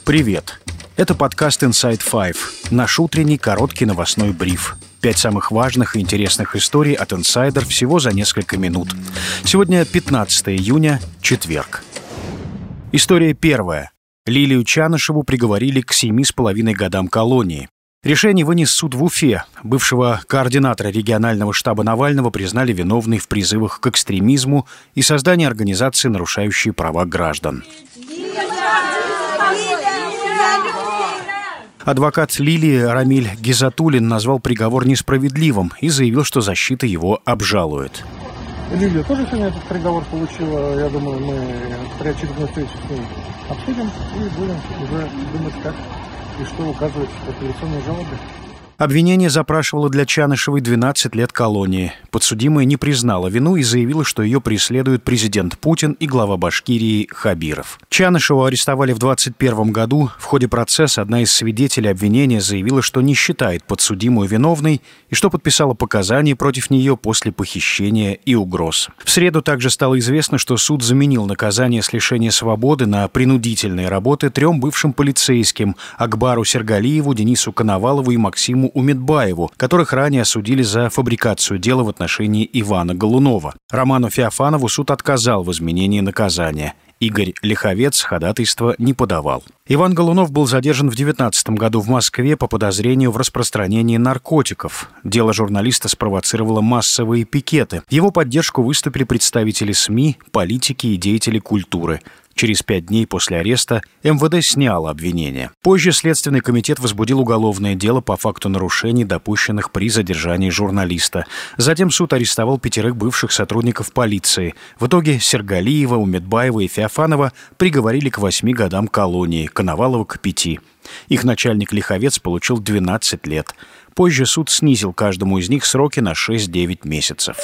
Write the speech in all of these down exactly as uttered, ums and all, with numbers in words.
Привет! Это подкаст Inside Five, наш утренний короткий новостной бриф. Пять самых важных и интересных историй от Insider всего за несколько минут. Сегодня пятнадцатое июня, четверг. История первая. Лилию Чанышеву приговорили к семи с половиной годам колонии. Решение вынес суд в Уфе. Бывшего координатора регионального штаба Навального признали виновной в призывах к экстремизму и создании организации, нарушающей права граждан. Адвокат Лилии Рамиль Гизатуллин назвал приговор несправедливым и заявил, что защита его обжалует. Лилия тоже сегодня этот приговор получила. Я думаю, мы при очередной встрече с ней обсудим и будем уже думать, как и что указывать в апелляционной жалобе. Обвинение запрашивало для Чанышевой двенадцать лет колонии. Подсудимая не признала вину и заявила, что ее преследует президент Путин и глава Башкирии Хабиров. Чанышеву арестовали в двадцать первом году. В ходе процесса одна из свидетелей обвинения заявила, что не считает подсудимую виновной и что подписала показания против нее после похищения и угроз. В среду также стало известно, что суд заменил наказание с лишения свободы на принудительные работы трем бывшим полицейским – Акбару Сергалиеву, Денису Коновалову и Максиму Умедбаеву, которых ранее осудили за фабрикацию дела в отношении Ивана Голунова. Роману Феофанову суд отказал в изменении наказания. Игорь Лиховец ходатайство не подавал. Иван Голунов был задержан в две тысячи девятнадцатом году в Москве по подозрению в распространении наркотиков. Дело журналиста спровоцировало массовые пикеты. В его поддержку выступили представители СМИ, политики и деятели культуры. Через пять дней после ареста эм вэ дэ сняло обвинение. Позже Следственный комитет возбудил уголовное дело по факту нарушений, допущенных при задержании журналиста. Затем суд арестовал пятерых бывших сотрудников полиции. В итоге Сергалиева, Умедбаева и Феофанова приговорили к восьми годам колонии, Коновалова к пяти. Их начальник Лиховец получил двенадцать лет. Позже суд снизил каждому из них сроки на шесть-девять месяцев.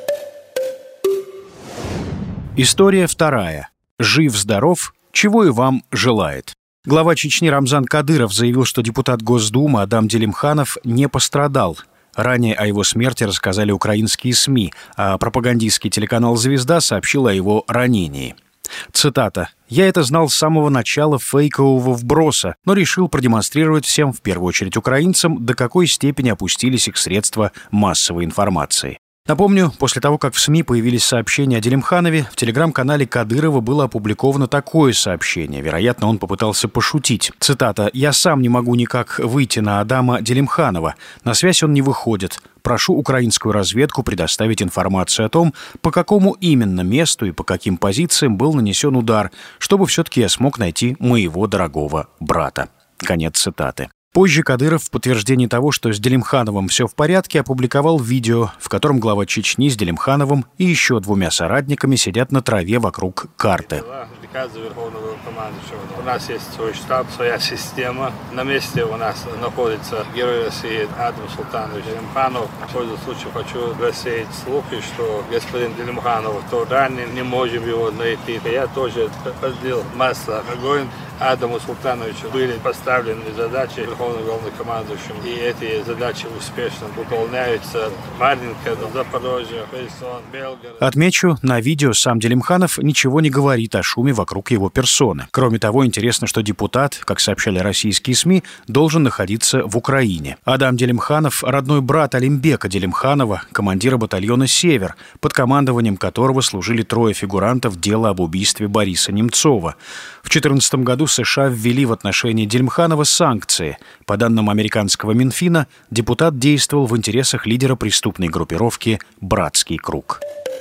История вторая. Жив-здоров, чего и вам желает. Глава Чечни Рамзан Кадыров заявил, что депутат Госдумы Адам Делимханов не пострадал. Ранее о его смерти рассказали украинские СМИ, а пропагандистский телеканал «Звезда» сообщил о его ранении. Цитата. «Я это знал с самого начала фейкового вброса, но решил продемонстрировать всем, в первую очередь украинцам, до какой степени опустились их средства массовой информации». Напомню, после того, как в СМИ появились сообщения о Делимханове, в телеграм-канале Кадырова было опубликовано такое сообщение. Вероятно, он попытался пошутить. Цитата. «Я сам не могу никак выйти на Адама Делимханова. На связь он не выходит. Прошу украинскую разведку предоставить информацию о том, по какому именно месту и по каким позициям был нанесен удар, чтобы все-таки я смог найти моего дорогого брата». Конец цитаты. Позже Кадыров в подтверждении того, что с Делимхановым все в порядке, опубликовал видео, в котором глава Чечни с Делимхановым и еще двумя соратниками сидят на траве вокруг карты. У нас есть свой штаб, своя система. На месте у нас находится герой России Адам Султанович Делимханов. В пользу случая хочу рассеять слухи, что господин Делимханов то ранен, не можем его найти. Я тоже подлил масло в огонь. Адаму Султановичу были поставлены задачи Верховным Главнокомандующим, и эти задачи успешно выполняются. Маринка, Запорожье, Херсон, Белгород. Отмечу, на видео сам Делимханов ничего не говорит о шуме вокруг его персоны. Кроме того, интересно, что депутат, как сообщали российские СМИ, должен находиться в Украине. Адам Делимханов – родной брат Алимбека Делимханова, командира батальона «Север», под командованием которого служили трое фигурантов дела об убийстве Бориса Немцова. В две тысячи четырнадцатом году США ввели в отношении Делимханова санкции. По данным американского Минфина, депутат действовал в интересах лидера преступной группировки «Братский круг».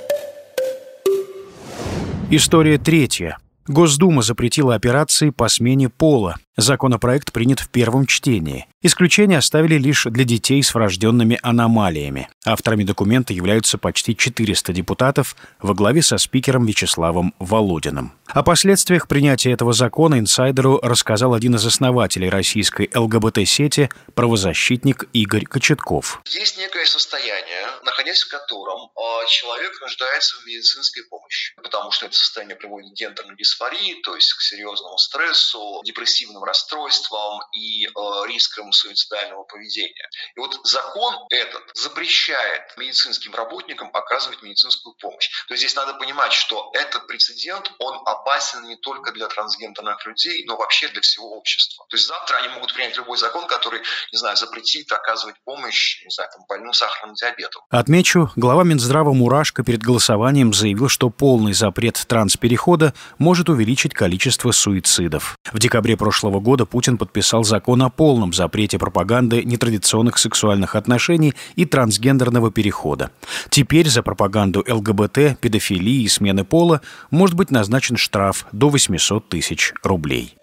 История третья. Госдума запретила операции по смене пола. Законопроект принят в первом чтении. Исключения оставили лишь для детей с врожденными аномалиями. Авторами документа являются почти четыреста депутатов во главе со спикером Вячеславом Володиным. О последствиях принятия этого закона инсайдеру рассказал один из основателей российской эл гэ бэ тэ-сети, правозащитник Игорь Кочетков. Есть некое состояние, находясь в котором человек нуждается в медицинской помощи, потому что это состояние приводит к гендерной дисфории, то есть к серьезному стрессу, депрессивным расстройствам и рискам суицидального поведения. И вот закон этот запрещает медицинским работникам оказывать медицинскую помощь. То есть здесь надо понимать, что этот прецедент, он опасен не только для трансгендерных людей, но вообще для всего общества. То есть завтра они могут принять любой закон, который, не знаю, запретит оказывать помощь, не знаю, там, больным сахарным диабетом. Отмечу, глава Минздрава Мурашко перед голосованием заявил, что полный запрет трансперехода может увеличить количество суицидов. В декабре прошлого года Путин подписал закон о полном запрете пропаганды нетрадиционных сексуальных отношений и трансгендерного перехода. Теперь за пропаганду ЛГБТ, педофилии и смены пола может быть назначен штраф до восемьсот тысяч рублей.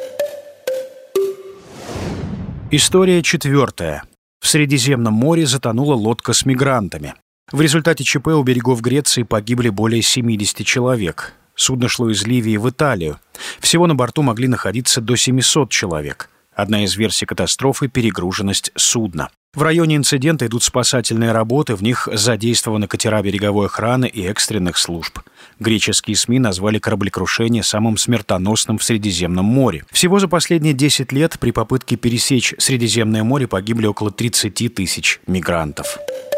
История четвертая. В Средиземном море затонула лодка с мигрантами. В результате ЧП у берегов Греции погибли более семьдесят человек. Судно шло из Ливии в Италию. Всего на борту могли находиться до семисот человек. Одна из версий катастрофы – перегруженность судна. В районе инцидента идут спасательные работы, в них задействованы катера береговой охраны и экстренных служб. Греческие СМИ назвали кораблекрушение самым смертоносным в Средиземном море. Всего за последние десять лет при попытке пересечь Средиземное море погибли около тридцати тысяч мигрантов.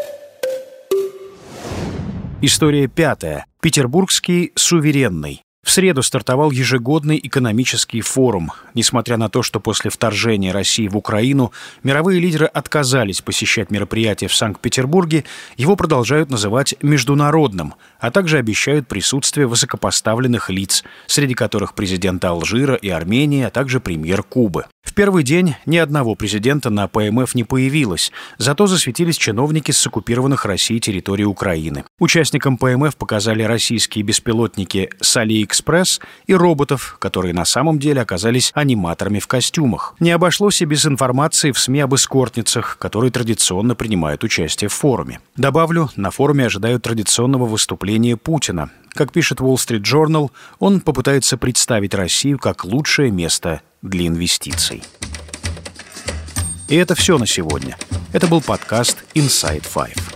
История пятая. Петербургский суверенный. В среду стартовал ежегодный экономический форум. Несмотря на то, что после вторжения России в Украину мировые лидеры отказались посещать мероприятия в Санкт-Петербурге, его продолжают называть международным, а также обещают присутствие высокопоставленных лиц, среди которых президенты Алжира и Армении, а также премьер Кубы. В первый день ни одного президента на ПМФ не появилось, зато засветились чиновники с оккупированных Россией территорий Украины. Участникам ПМФ показали российские беспилотники с Алиэкспресс и роботов, которые на самом деле оказались аниматорами в костюмах. Не обошлось и без информации в СМИ об эскортницах, которые традиционно принимают участие в форуме. Добавлю, на форуме ожидают традиционного выступления Путина. Как пишет Wall Street Journal, он попытается представить Россию как лучшее место для инвестиций. И это все на сегодня. Это был подкаст Inside Five.